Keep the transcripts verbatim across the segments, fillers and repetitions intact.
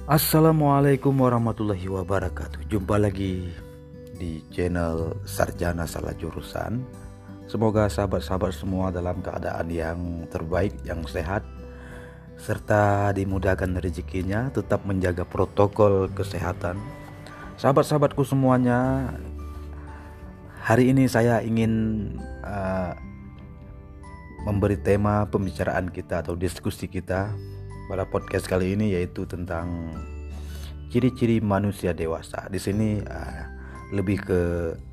Assalamualaikum warahmatullahi wabarakatuh. Jumpa lagi di channel Sarjana Salah Jurusan. Semoga sahabat-sahabat semua dalam keadaan yang terbaik, yang sehat, serta dimudahkan rezekinya, tetap menjaga protokol kesehatan. Sahabat-sahabatku semuanya, hari ini saya ingin uh, memberi tema pembicaraan kita atau diskusi kita pada podcast kali ini, yaitu tentang ciri-ciri manusia dewasa. Di sini uh, lebih ke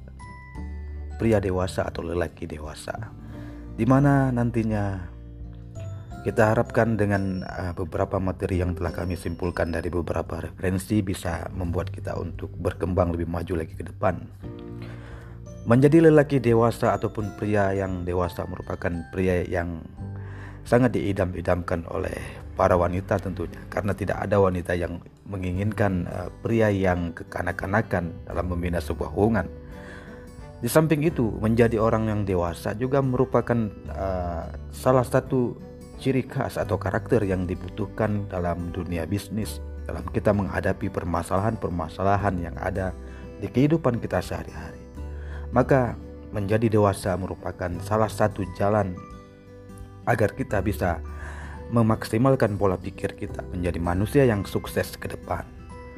pria dewasa atau lelaki dewasa, dimana nantinya kita harapkan dengan uh, beberapa materi yang telah kami simpulkan dari beberapa referensi bisa membuat kita untuk berkembang lebih maju lagi ke depan. Menjadi lelaki dewasa ataupun pria yang dewasa merupakan pria yang sangat diidam-idamkan oleh para wanita tentunya, karena tidak ada wanita yang menginginkan uh, pria yang kekanak-kanakan dalam membina sebuah hubungan. Di samping itu, menjadi orang yang dewasa juga merupakan uh, salah satu ciri khas atau karakter yang dibutuhkan dalam dunia bisnis, dalam kita menghadapi permasalahan-permasalahan yang ada di kehidupan kita sehari-hari. Maka menjadi dewasa merupakan salah satu jalan agar kita bisa memaksimalkan pola pikir kita menjadi manusia yang sukses ke depan.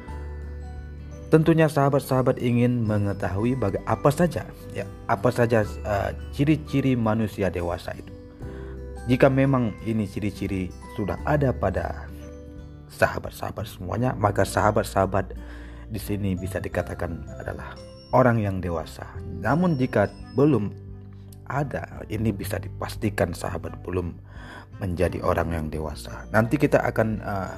Tentunya sahabat-sahabat ingin mengetahui baga- apa saja ya, apa saja uh, ciri-ciri manusia dewasa itu. Jika memang ini ciri-ciri sudah ada pada sahabat-sahabat semuanya, maka sahabat-sahabat di sini bisa dikatakan adalah orang yang dewasa. Namun jika belum ada, ini bisa dipastikan sahabat belum menjadi orang yang dewasa. Nanti kita akan uh,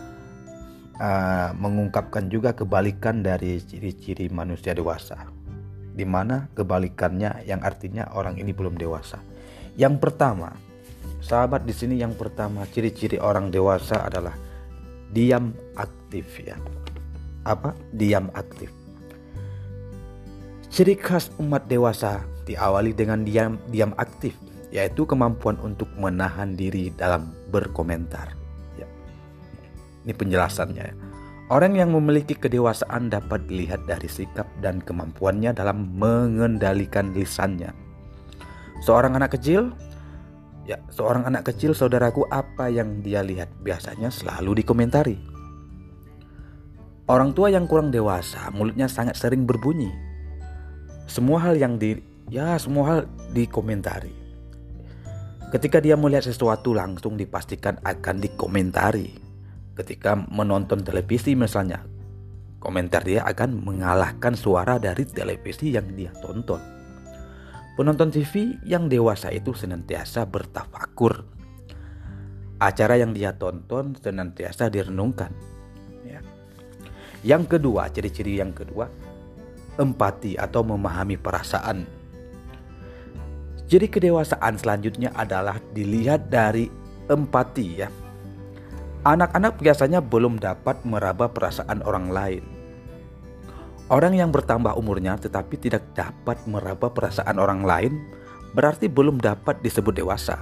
uh, mengungkapkan juga kebalikan dari ciri-ciri manusia dewasa, di mana kebalikannya yang artinya orang ini belum dewasa. Yang pertama, sahabat di sini yang pertama ciri-ciri orang dewasa adalah diam aktif ya. Apa? Diam aktif. Ciri khas umat dewasa diawali dengan diam diam aktif, yaitu kemampuan untuk menahan diri dalam berkomentar. Ya. Ini penjelasannya. Orang yang memiliki kedewasaan dapat dilihat dari sikap dan kemampuannya dalam mengendalikan lisannya. Seorang anak kecil, ya, seorang anak kecil saudaraku, apa yang dia lihat biasanya selalu dikomentari. Orang tua yang kurang dewasa, mulutnya sangat sering berbunyi. Semua hal yang di ya semua hal dikomentari. Ketika dia melihat sesuatu langsung dipastikan akan dikomentari. Ketika menonton televisi misalnya, komentar dia akan mengalahkan suara dari televisi yang dia tonton. Penonton T V yang dewasa itu senantiasa bertafakur. Acara yang dia tonton senantiasa direnungkan. Ya. Yang kedua, ciri-ciri yang kedua, empati atau memahami perasaan. Jadi kedewasaan selanjutnya adalah dilihat dari empati ya. Anak-anak biasanya belum dapat meraba perasaan orang lain. Orang yang bertambah umurnya tetapi tidak dapat meraba perasaan orang lain berarti belum dapat disebut dewasa.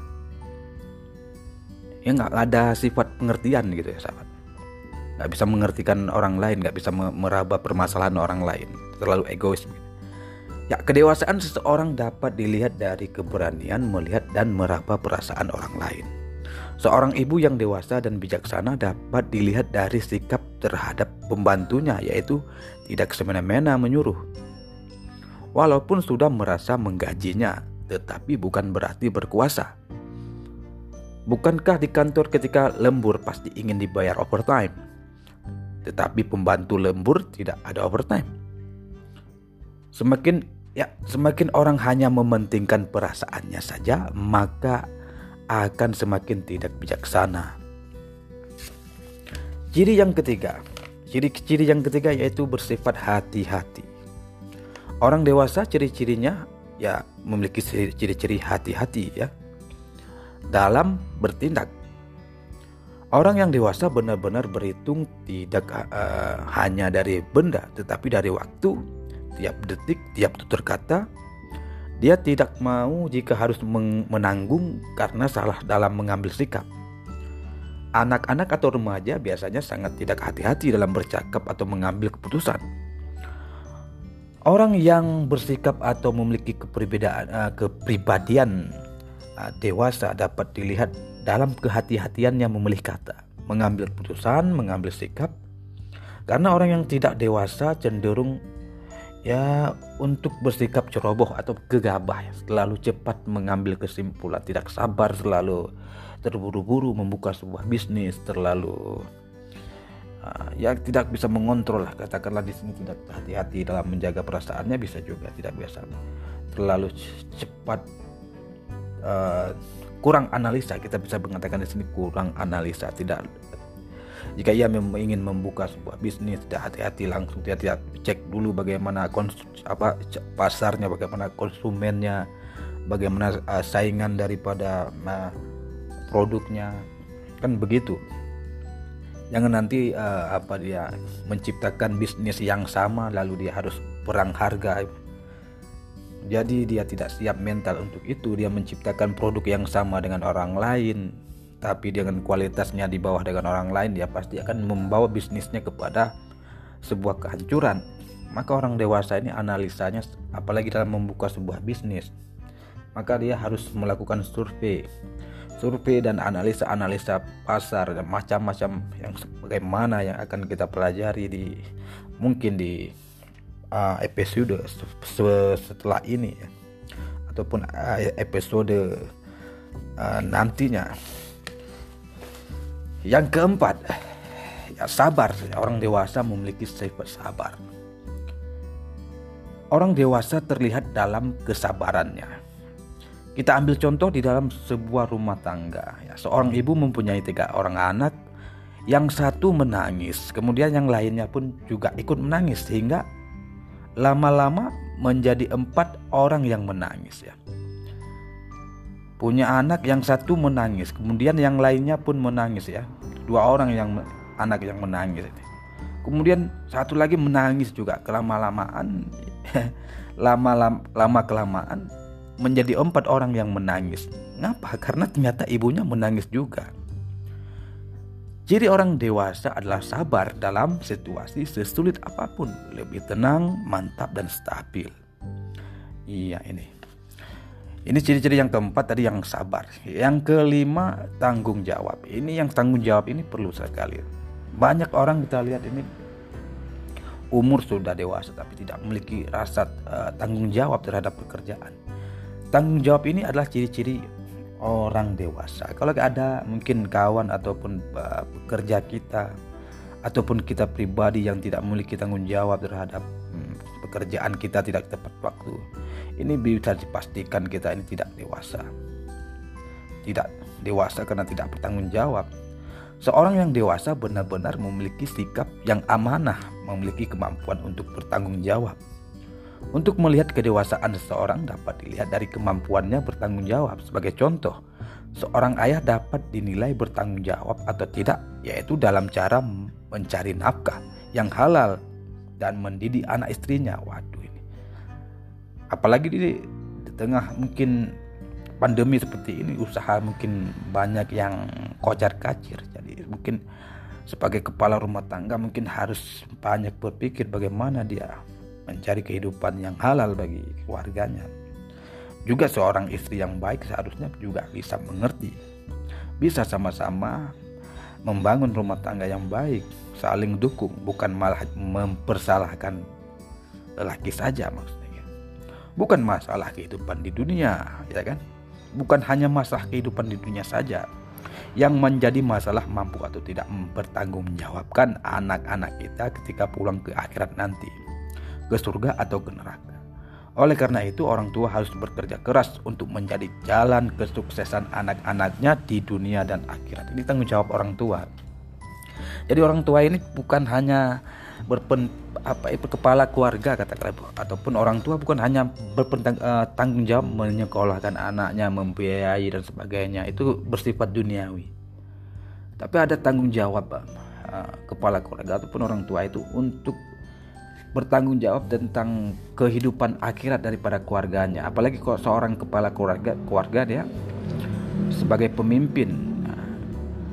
Ya, nggak ada sifat pengertian gitu ya sahabat. Nggak bisa mengertikan orang lain, nggak bisa meraba permasalahan orang lain, terlalu egois. Ya, kedewasaan seseorang dapat dilihat dari keberanian melihat dan meraba perasaan orang lain. Seorang ibu yang dewasa dan bijaksana dapat dilihat dari sikap terhadap pembantunya, yaitu tidak semena-mena menyuruh. Walaupun sudah merasa menggajinya, tetapi bukan berarti berkuasa. Bukankah di kantor ketika lembur pasti ingin dibayar overtime? Tetapi pembantu lembur tidak ada overtime. Semakin ya, semakin orang hanya mementingkan perasaannya saja, maka akan semakin tidak bijaksana. Ciri yang ketiga, ciri-ciri yang ketiga yaitu bersifat hati-hati. Orang dewasa ciri-cirinya ya memiliki ciri-ciri hati-hati ya dalam bertindak. Orang yang dewasa benar-benar berhitung tidak uh, hanya dari benda, tetapi dari waktu. Tiap detik, tiap tutur kata. Dia tidak mau jika harus menanggung karena salah dalam mengambil sikap. anak-anak atau remaja biasanya sangat tidak hati-hati dalam bercakap atau mengambil keputusan. Orang yang bersikap atau memiliki kepribadian, uh, kepribadian uh, dewasa dapat dilihat dalam kehati-hatiannya memilih kata, mengambil keputusan, mengambil sikap. Karena orang yang tidak dewasa cenderung ya untuk bersikap ceroboh atau gegabah, ya, selalu cepat mengambil kesimpulan, tidak sabar, selalu terburu-buru membuka sebuah bisnis, terlalu Uh, ya tidak bisa mengontrol lah, katakanlah di sini tidak hati-hati dalam menjaga perasaannya, bisa juga tidak biasa, terlalu cepat, uh, kurang analisa, kita bisa mengatakan di sini kurang analisa, tidak, jika ia mem- ingin membuka sebuah bisnis tidak hati-hati, langsung dia tidak cek dulu bagaimana kons- apa pasarnya, bagaimana konsumennya, bagaimana uh, saingan daripada uh, produknya, kan begitu. Jangan nanti uh, apa dia menciptakan bisnis yang sama lalu dia harus perang harga. Jadi dia tidak siap mental untuk itu. Dia menciptakan produk yang sama dengan orang lain, tapi dengan kualitasnya di bawah dengan orang lain, dia pasti akan membawa bisnisnya kepada sebuah kehancuran. Maka orang dewasa ini analisanya, apalagi dalam membuka sebuah bisnis, maka dia harus melakukan survei. Survei dan analisa-analisa pasar dan macam-macam yang bagaimana yang akan kita pelajari di mungkin di uh, episode setelah ini ya, ataupun uh, episode uh, nantinya. Yang keempat, ya sabar. Orang dewasa memiliki sifat sabar. Orang dewasa terlihat dalam kesabarannya. Kita ambil contoh di dalam sebuah rumah tangga. Ya, seorang ibu mempunyai tiga orang anak, yang satu menangis, kemudian yang lainnya pun juga ikut menangis, sehingga lama-lama menjadi empat orang yang menangis. Ya. Punya anak yang satu menangis, kemudian yang lainnya pun menangis, ya, dua orang yang anak yang menangis. Kemudian satu lagi menangis juga, kelama-lamaan, lama-lama lama kelamaan menjadi empat orang yang menangis. Kenapa? Karena ternyata ibunya menangis juga. Jadi orang dewasa adalah sabar dalam situasi sesulit apapun, lebih tenang, mantap, dan stabil. Iya ini. Ini ciri-ciri yang keempat tadi, yang sabar. Yang kelima, tanggung jawab. Ini yang tanggung jawab ini perlu sekali. Banyak orang kita lihat ini umur sudah dewasa tapi tidak memiliki rasa uh, tanggung jawab terhadap pekerjaan. Tanggung jawab ini adalah ciri-ciri orang dewasa. Kalau ada mungkin kawan ataupun uh, pekerja kita ataupun kita pribadi yang tidak memiliki tanggung jawab terhadap hmm, pekerjaan kita, tidak tepat waktu, ini bisa dipastikan kita ini tidak dewasa. Tidak dewasa karena tidak bertanggung jawab. Seorang yang dewasa benar-benar memiliki sikap yang amanah, memiliki kemampuan untuk bertanggung jawab. Untuk melihat kedewasaan seseorang dapat dilihat dari kemampuannya bertanggung jawab. Sebagai contoh, seorang ayah dapat dinilai bertanggung jawab atau tidak, yaitu dalam cara mencari nafkah yang halal dan mendidik anak istrinya. Waduh ini. Apalagi di, di tengah mungkin pandemi seperti ini, usaha mungkin banyak yang kocar-kacir. Jadi mungkin sebagai kepala rumah tangga mungkin harus banyak berpikir bagaimana dia mencari kehidupan yang halal bagi keluarganya. Juga seorang istri yang baik seharusnya juga bisa mengerti, bisa sama-sama membangun rumah tangga yang baik, saling dukung, bukan malah mempersalahkan lelaki saja maksudnya. Bukan masalah kehidupan di dunia, ya kan? Bukan hanya masalah kehidupan di dunia saja. Yang menjadi masalah mampu atau tidak mempertanggungjawabkan anak-anak kita ketika pulang ke akhirat nanti, ke surga atau ke neraka. Oleh karena itu orang tua harus bekerja keras untuk menjadi jalan kesuksesan anak-anaknya di dunia dan akhirat. Ini tanggung jawab orang tua. Jadi orang tua ini bukan hanya berpen, apa itu kepala keluarga katakanlah, ataupun orang tua bukan hanya bertanggung jawab menyekolahkan anaknya, membiayai dan sebagainya, itu bersifat duniawi. Tapi ada tanggung jawab uh, kepala keluarga ataupun orang tua itu untuk bertanggung jawab tentang kehidupan akhirat daripada keluarganya. Apalagi kalau seorang kepala keluarga, keluarga dia sebagai pemimpin.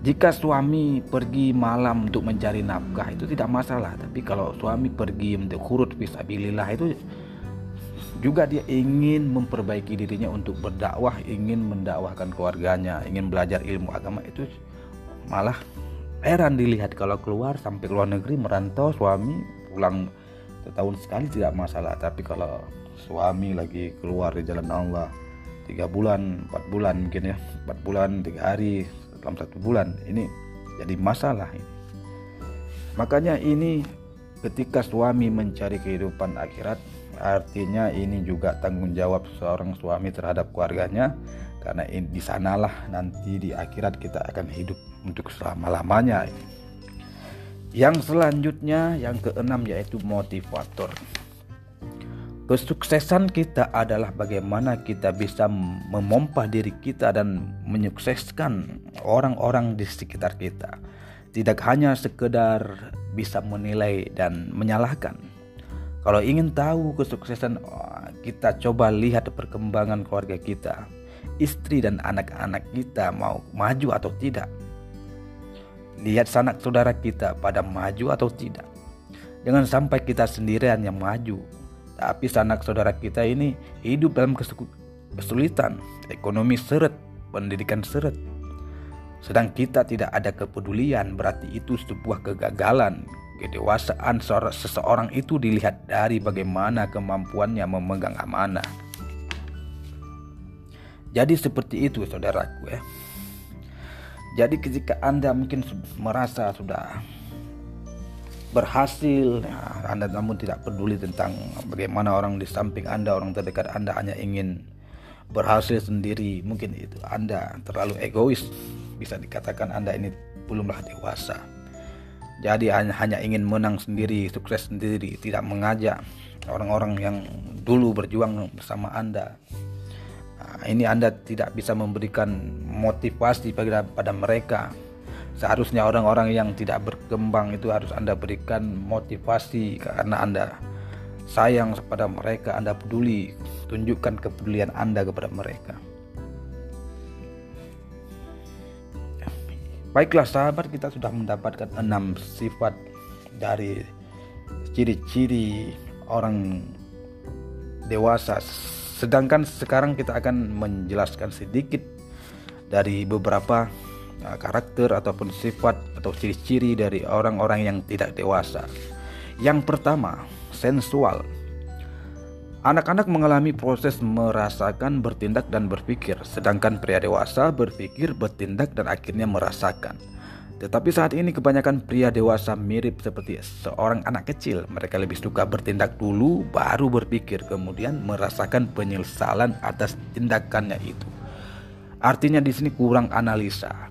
Jika suami pergi malam untuk mencari nafkah itu tidak masalah, tapi kalau suami pergi untuk khurud fisabilillah itu juga dia ingin memperbaiki dirinya untuk berdakwah, ingin mendakwahkan keluarganya, ingin belajar ilmu agama, itu malah heran dilihat kalau keluar sampai luar negeri merantau, suami pulang setahun sekali tidak masalah. Tapi kalau suami lagi keluar di jalan Allah tiga bulan, empat bulan mungkin ya, empat bulan, tiga hari dalam satu bulan, ini jadi masalah ini. Makanya ini ketika suami mencari kehidupan akhirat, artinya ini juga tanggung jawab seorang suami terhadap keluarganya, karena di sanalah nanti di akhirat kita akan hidup untuk selama-lamanya. Yang selanjutnya, yang keenam, yaitu motivator. Kesuksesan kita adalah bagaimana kita bisa memompa diri kita dan menyukseskan orang-orang di sekitar kita. Tidak hanya sekedar bisa menilai dan menyalahkan. Kalau ingin tahu kesuksesan kita, coba lihat perkembangan keluarga kita. Istri dan anak-anak kita mau maju atau tidak. Lihat sanak saudara kita pada maju atau tidak. Jangan sampai kita sendirian yang maju, tapi sanak saudara kita ini hidup dalam kesulitan, ekonomi seret, pendidikan seret. Sedang kita tidak ada kepedulian, berarti itu sebuah kegagalan. Kedewasaan seseorang itu dilihat dari bagaimana kemampuannya memegang amanah. Jadi seperti itu saudaraku ya. Jadi ketika Anda mungkin merasa sudah berhasil, ya, Anda namun tidak peduli tentang bagaimana orang di samping Anda, orang terdekat Anda, hanya ingin berhasil sendiri. Mungkin itu Anda terlalu egois. Bisa dikatakan Anda ini belumlah dewasa. Jadi hanya, hanya ingin menang sendiri, sukses sendiri, tidak mengajak orang-orang yang dulu berjuang bersama Anda. Nah, ini Anda tidak bisa memberikan motivasi pada, pada mereka. Seharusnya orang-orang yang tidak berkembang itu harus Anda berikan motivasi, karena Anda sayang kepada mereka, Anda peduli, tunjukkan kepedulian Anda kepada mereka. Baiklah sahabat, kita sudah mendapatkan enam sifat dari ciri-ciri orang dewasa. Sedangkan sekarang kita akan menjelaskan sedikit dari beberapa uh, karakter ataupun sifat atau ciri-ciri dari orang-orang yang tidak dewasa. Yang pertama, sensual. Anak-anak mengalami proses merasakan, bertindak, dan berpikir, sedangkan pria dewasa berpikir, bertindak, dan akhirnya merasakan. Tetapi saat ini kebanyakan pria dewasa mirip seperti seorang anak kecil. Mereka lebih suka bertindak dulu, baru berpikir, kemudian merasakan penyesalan atas tindakannya itu. Artinya di sini kurang analisa.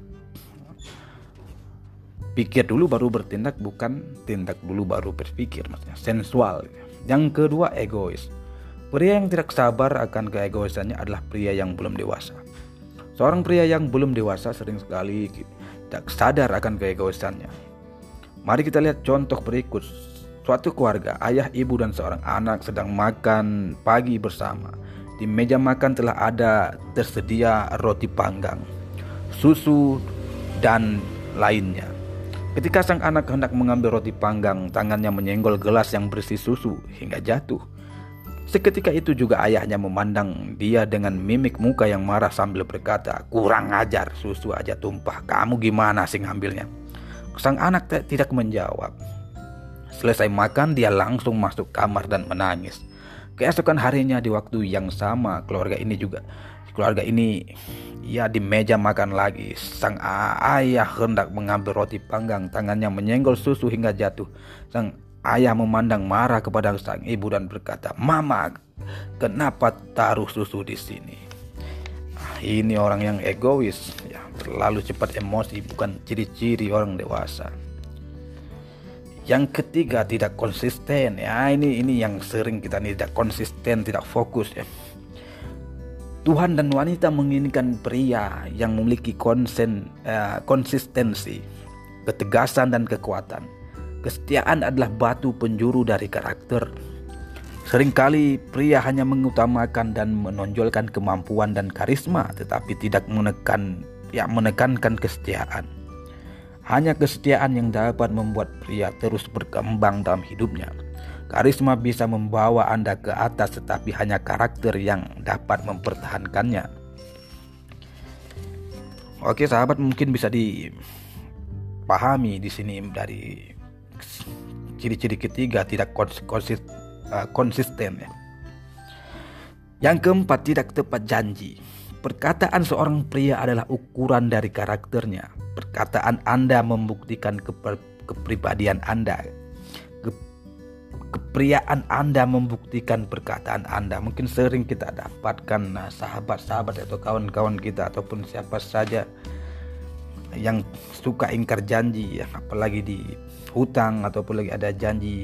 Pikir dulu baru bertindak, bukan tindak dulu baru berpikir. Maksudnya sensual. Yang kedua, egois. Pria yang tidak sabar akan keegoisannya adalah pria yang belum dewasa. Seorang pria yang belum dewasa sering sekali tidak sadar akan keegoisannya. Mari kita lihat contoh berikut. Suatu keluarga, ayah, ibu, dan seorang anak sedang makan pagi bersama. Di meja makan telah ada tersedia roti panggang, susu, dan lainnya. Ketika sang anak hendak mengambil roti panggang, tangannya menyenggol gelas yang berisi susu hingga jatuh. Seketika itu juga ayahnya memandang dia dengan mimik muka yang marah sambil berkata, "Kurang ajar, susu aja tumpah, kamu gimana sih ngambilnya?" Sang anak t- tidak menjawab. Selesai makan, dia langsung masuk kamar dan menangis. Keesokan harinya di waktu yang sama, keluarga ini juga keluarga ini ya di meja makan lagi. Sang ayah hendak mengambil roti panggang, tangannya menyenggol susu hingga jatuh. Sang ayah memandang marah kepada sang ibu dan berkata, "Mama, kenapa taruh susu di sini?" Nah, ini orang yang egois, ya, terlalu cepat emosi, bukan ciri-ciri orang dewasa. Yang ketiga, tidak konsisten. Ya, ini ini yang sering kita nih, tidak konsisten, tidak fokus. Ya. Tuhan dan wanita menginginkan pria yang memiliki konsen, uh, konsistensi, ketegasan, dan kekuatan. Kesetiaan adalah batu penjuru dari karakter. Seringkali pria hanya mengutamakan dan menonjolkan kemampuan dan karisma, tetapi tidak menekan, ya, menekankan kesetiaan. Hanya kesetiaan yang dapat membuat pria terus berkembang dalam hidupnya. Karisma bisa membawa Anda ke atas, tetapi hanya karakter yang dapat mempertahankannya. Oke sahabat, mungkin bisa dipahami di sini dari ciri-ciri ketiga, tidak konsis, uh, konsisten ya. Yang keempat, tidak tepat janji. Perkataan seorang pria adalah ukuran dari karakternya. Perkataan Anda membuktikan keper, kepribadian Anda. Ke, kepriaan Anda membuktikan perkataan Anda. Mungkin sering kita dapatkan nah, sahabat-sahabat atau kawan-kawan kita ataupun siapa saja yang suka ingkar janji ya, apalagi di hutang ataupun lagi ada janji.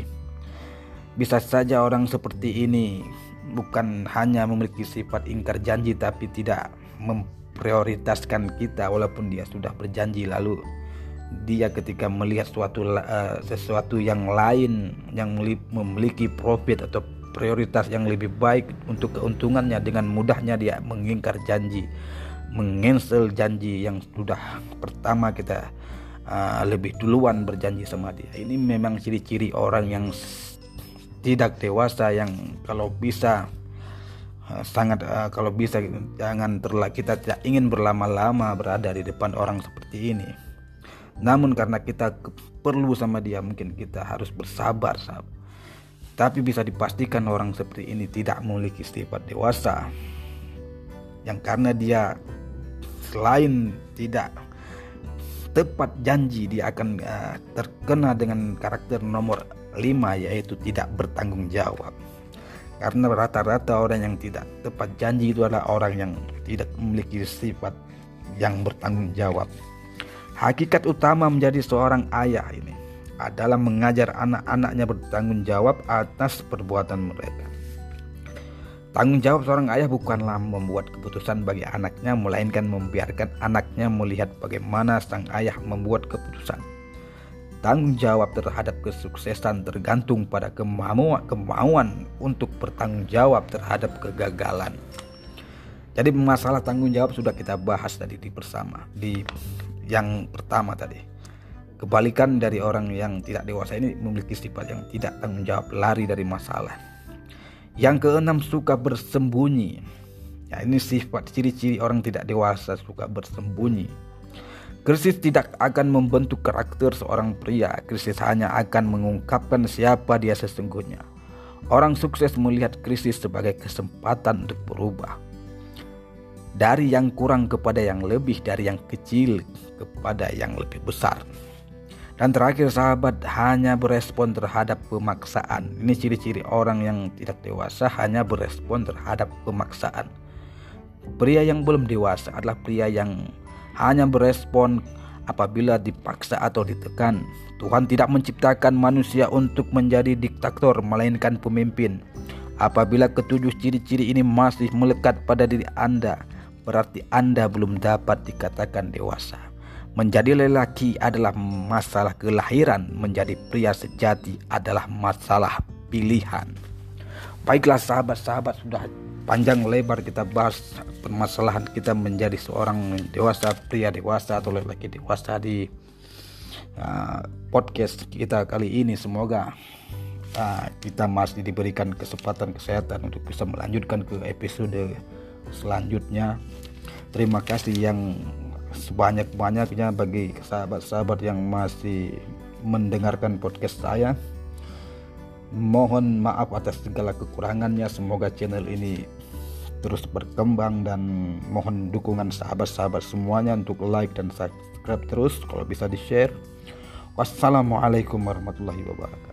Bisa saja orang seperti ini bukan hanya memiliki sifat ingkar janji, tapi tidak memprioritaskan kita walaupun dia sudah berjanji, lalu dia ketika melihat suatu uh, sesuatu yang lain yang memiliki profit atau prioritas yang lebih baik untuk keuntungannya, dengan mudahnya dia mengingkar janji, mengcancel janji yang sudah pertama kita uh, lebih duluan berjanji sama dia. Ini memang ciri-ciri orang yang tidak dewasa, yang kalau bisa uh, sangat uh, kalau bisa jangan terlalu, kita tidak ingin berlama-lama berada di depan orang seperti ini. Namun karena kita perlu sama dia, mungkin kita harus bersabar, sahabat. Tapi bisa dipastikan orang seperti ini tidak memiliki sifat dewasa, yang karena dia selain tidak tepat janji, dia akan uh, terkena dengan karakter nomor lima, yaitu tidak bertanggung jawab. Karena rata-rata orang yang tidak tepat janji itu adalah orang yang tidak memiliki sifat yang bertanggung jawab. Hakikat utama menjadi seorang ayah ini adalah mengajar anak-anaknya bertanggung jawab atas perbuatan mereka. Tanggung jawab seorang ayah bukanlah membuat keputusan bagi anaknya, melainkan membiarkan anaknya melihat bagaimana sang ayah membuat keputusan. Tanggung jawab terhadap kesuksesan tergantung pada kemauan, kemauan untuk bertanggung jawab terhadap kegagalan. Jadi masalah tanggung jawab sudah kita bahas tadi di bersama di yang pertama tadi. Kebalikan dari orang yang tidak dewasa ini memiliki sifat yang tidak tanggung jawab, lari dari masalah. Yang keenam, suka bersembunyi. Ya, ini sifat ciri-ciri orang tidak dewasa, suka bersembunyi. Krisis tidak akan membentuk karakter seorang pria. Krisis hanya akan mengungkapkan siapa dia sesungguhnya. Orang sukses melihat krisis sebagai kesempatan untuk berubah. Dari yang kurang kepada yang lebih, dari yang kecil kepada yang lebih besar. Dan terakhir sahabat, hanya berespon terhadap pemaksaan. Ini ciri-ciri orang yang tidak dewasa, hanya berespon terhadap pemaksaan. Pria yang belum dewasa adalah pria yang hanya berespon apabila dipaksa atau ditekan. Tuhan tidak menciptakan manusia untuk menjadi diktator, melainkan pemimpin. Apabila ketujuh ciri-ciri ini masih melekat pada diri Anda, berarti Anda belum dapat dikatakan dewasa. Menjadi lelaki adalah masalah kelahiran, menjadi pria sejati adalah masalah pilihan. Baiklah sahabat-sahabat, sudah panjang lebar kita bahas permasalahan kita menjadi seorang dewasa, pria dewasa atau lelaki dewasa di uh, podcast kita kali ini. Semoga uh, kita masih diberikan kesempatan kesehatan untuk bisa melanjutkan ke episode selanjutnya. Terima kasih yang sebanyak-banyaknya bagi sahabat-sahabat yang masih mendengarkan podcast saya. Mohon maaf atas segala kekurangannya. Semoga channel ini terus berkembang, dan mohon dukungan sahabat-sahabat semuanya untuk like dan subscribe terus, kalau bisa di share. Wassalamualaikum warahmatullahi wabarakatuh.